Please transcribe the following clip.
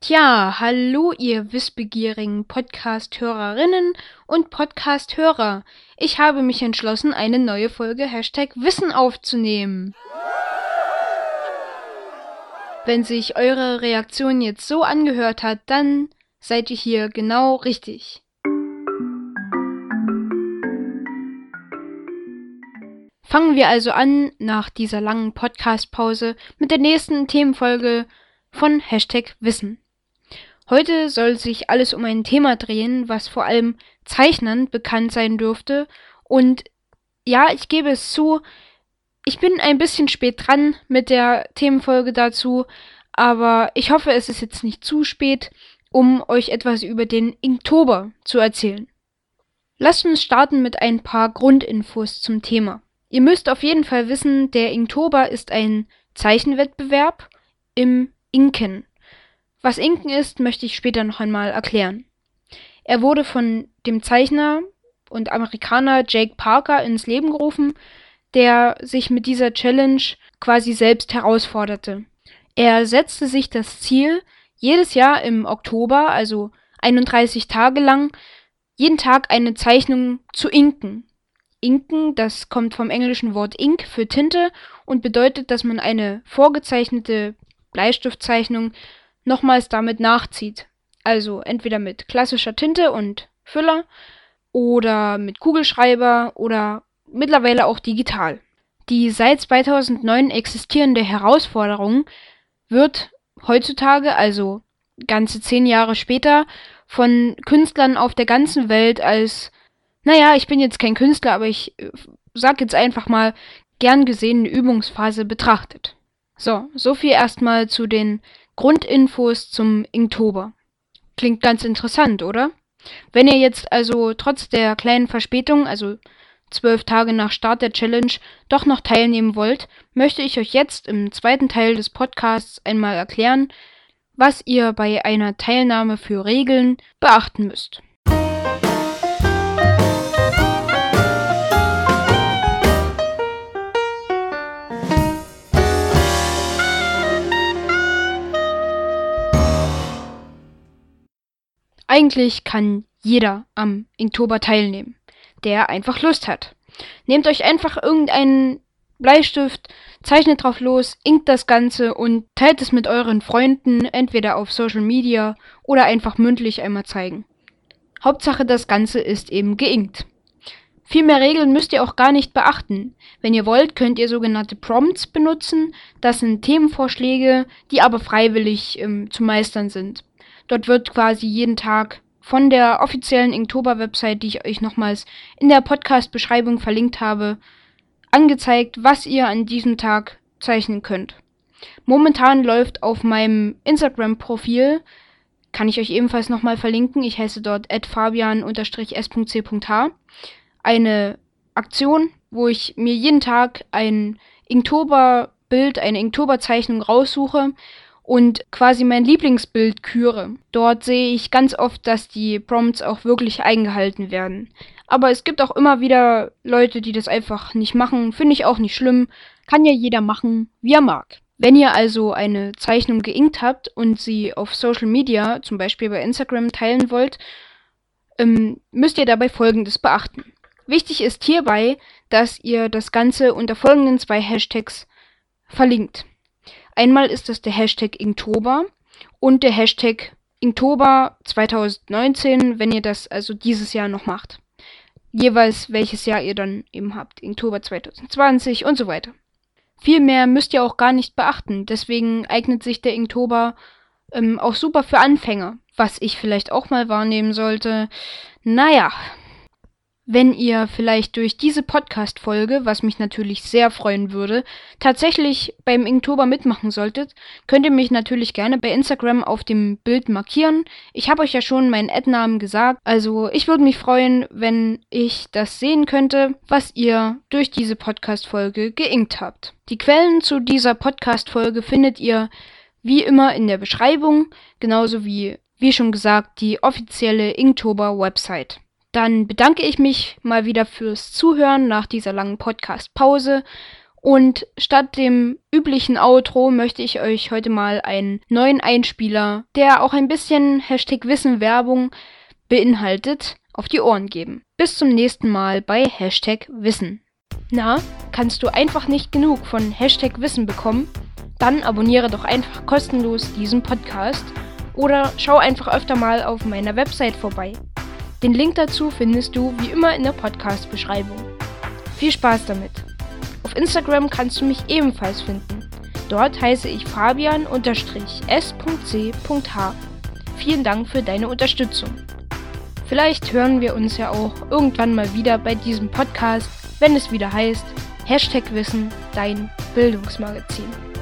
Tja, hallo ihr wissbegierigen Podcast-Hörerinnen und Podcast-Hörer. Ich habe mich entschlossen, eine neue Folge #Wissen aufzunehmen. Wenn sich eure Reaktion jetzt so angehört hat, dann seid ihr hier genau richtig. Fangen wir also an, nach dieser langen Podcast-Pause, mit der nächsten Themenfolge von #Wissen. Heute soll sich alles um ein Thema drehen, was vor allem Zeichnern bekannt sein dürfte. Und ja, ich gebe es zu, ich bin ein bisschen spät dran mit der Themenfolge dazu, aber ich hoffe, es ist jetzt nicht zu spät, um euch etwas über den Inktober zu erzählen. Lasst uns starten mit ein paar Grundinfos zum Thema. Ihr müsst auf jeden Fall wissen, der Inktober ist ein Zeichenwettbewerb im Inken. Was Inken ist, möchte ich später noch einmal erklären. Er wurde von dem Zeichner und Amerikaner Jake Parker ins Leben gerufen, der sich mit dieser Challenge quasi selbst herausforderte. Er setzte sich das Ziel, jedes Jahr im Oktober, also 31 Tage lang, jeden Tag eine Zeichnung zu inken. Inken, das kommt vom englischen Wort Ink für Tinte und bedeutet, dass man eine vorgezeichnete Bleistiftzeichnung nochmals damit nachzieht. Also entweder mit klassischer Tinte und Füller oder mit Kugelschreiber oder mittlerweile auch digital. Die seit 2009 existierende Herausforderung wird heutzutage, also ganze 10 Jahre später, von Künstlern auf der ganzen Welt als, naja, ich bin jetzt kein Künstler, aber ich sag jetzt einfach mal, gern gesehene Übungsphase betrachtet. So viel erstmal zu den Grundinfos zum Inktober. Klingt ganz interessant, oder? Wenn ihr jetzt also trotz der kleinen Verspätung, also 12 Tage nach Start der Challenge, doch noch teilnehmen wollt, möchte ich euch jetzt im zweiten Teil des Podcasts einmal erklären, was ihr bei einer Teilnahme für Regeln beachten müsst. Eigentlich kann jeder am Inktober teilnehmen, der einfach Lust hat. Nehmt euch einfach irgendeinen Bleistift, zeichnet drauf los, inkt das Ganze und teilt es mit euren Freunden, entweder auf Social Media oder einfach mündlich einmal zeigen. Hauptsache, das Ganze ist eben geinkt. Viel mehr Regeln müsst ihr auch gar nicht beachten. Wenn ihr wollt, könnt ihr sogenannte Prompts benutzen. Das sind Themenvorschläge, die aber freiwillig zu meistern sind. Dort wird quasi jeden Tag von der offiziellen Inktober-Website, die ich euch nochmals in der Podcast-Beschreibung verlinkt habe, angezeigt, was ihr an diesem Tag zeichnen könnt. Momentan läuft auf meinem Instagram-Profil, kann ich euch ebenfalls nochmal verlinken, ich heiße dort @fabian_s.c.h, eine Aktion, wo ich mir jeden Tag ein Inktober-Bild, eine Inktober-Zeichnung raussuche und quasi mein Lieblingsbild küre. Dort sehe ich ganz oft, dass die Prompts auch wirklich eingehalten werden. Aber es gibt auch immer wieder Leute, die das einfach nicht machen. Finde ich auch nicht schlimm. Kann ja jeder machen, wie er mag. Wenn ihr also eine Zeichnung geinkt habt und sie auf Social Media, zum Beispiel bei Instagram, teilen wollt, müsst ihr dabei Folgendes beachten. Wichtig ist hierbei, dass ihr das Ganze unter folgenden 2 Hashtags verlinkt. Einmal ist das der Hashtag Inktober und der Hashtag Inktober 2019, wenn ihr das also dieses Jahr noch macht. Jeweils welches Jahr ihr dann eben habt. Inktober 2020 und so weiter. Viel mehr müsst ihr auch gar nicht beachten. Deswegen eignet sich der Inktober auch super für Anfänger. Was ich vielleicht auch mal wahrnehmen sollte. Naja. Wenn ihr vielleicht durch diese Podcast-Folge, was mich natürlich sehr freuen würde, tatsächlich beim Inktober mitmachen solltet, könnt ihr mich natürlich gerne bei Instagram auf dem Bild markieren. Ich habe euch ja schon meinen Ad-Namen gesagt, also ich würde mich freuen, wenn ich das sehen könnte, was ihr durch diese Podcast-Folge geinkt habt. Die Quellen zu dieser Podcast-Folge findet ihr wie immer in der Beschreibung, genauso wie schon gesagt, die offizielle Inktober-Website. Dann bedanke ich mich mal wieder fürs Zuhören nach dieser langen Podcast-Pause Und statt dem üblichen Outro möchte ich euch heute mal einen neuen Einspieler, der auch ein bisschen #Wissen Werbung beinhaltet, auf die Ohren geben. Bis zum nächsten Mal bei #Wissen. Na, kannst du einfach nicht genug von #Wissen bekommen? Dann abonniere doch einfach kostenlos diesen Podcast oder schau einfach öfter mal auf meiner Website vorbei. Den Link dazu findest du wie immer in der Podcast-Beschreibung. Viel Spaß damit! Auf Instagram kannst du mich ebenfalls finden. Dort heiße ich Fabian_s.c.h. Vielen Dank für deine Unterstützung. Vielleicht hören wir uns ja auch irgendwann mal wieder bei diesem Podcast, wenn es wieder heißt #Wissen, dein Bildungsmagazin.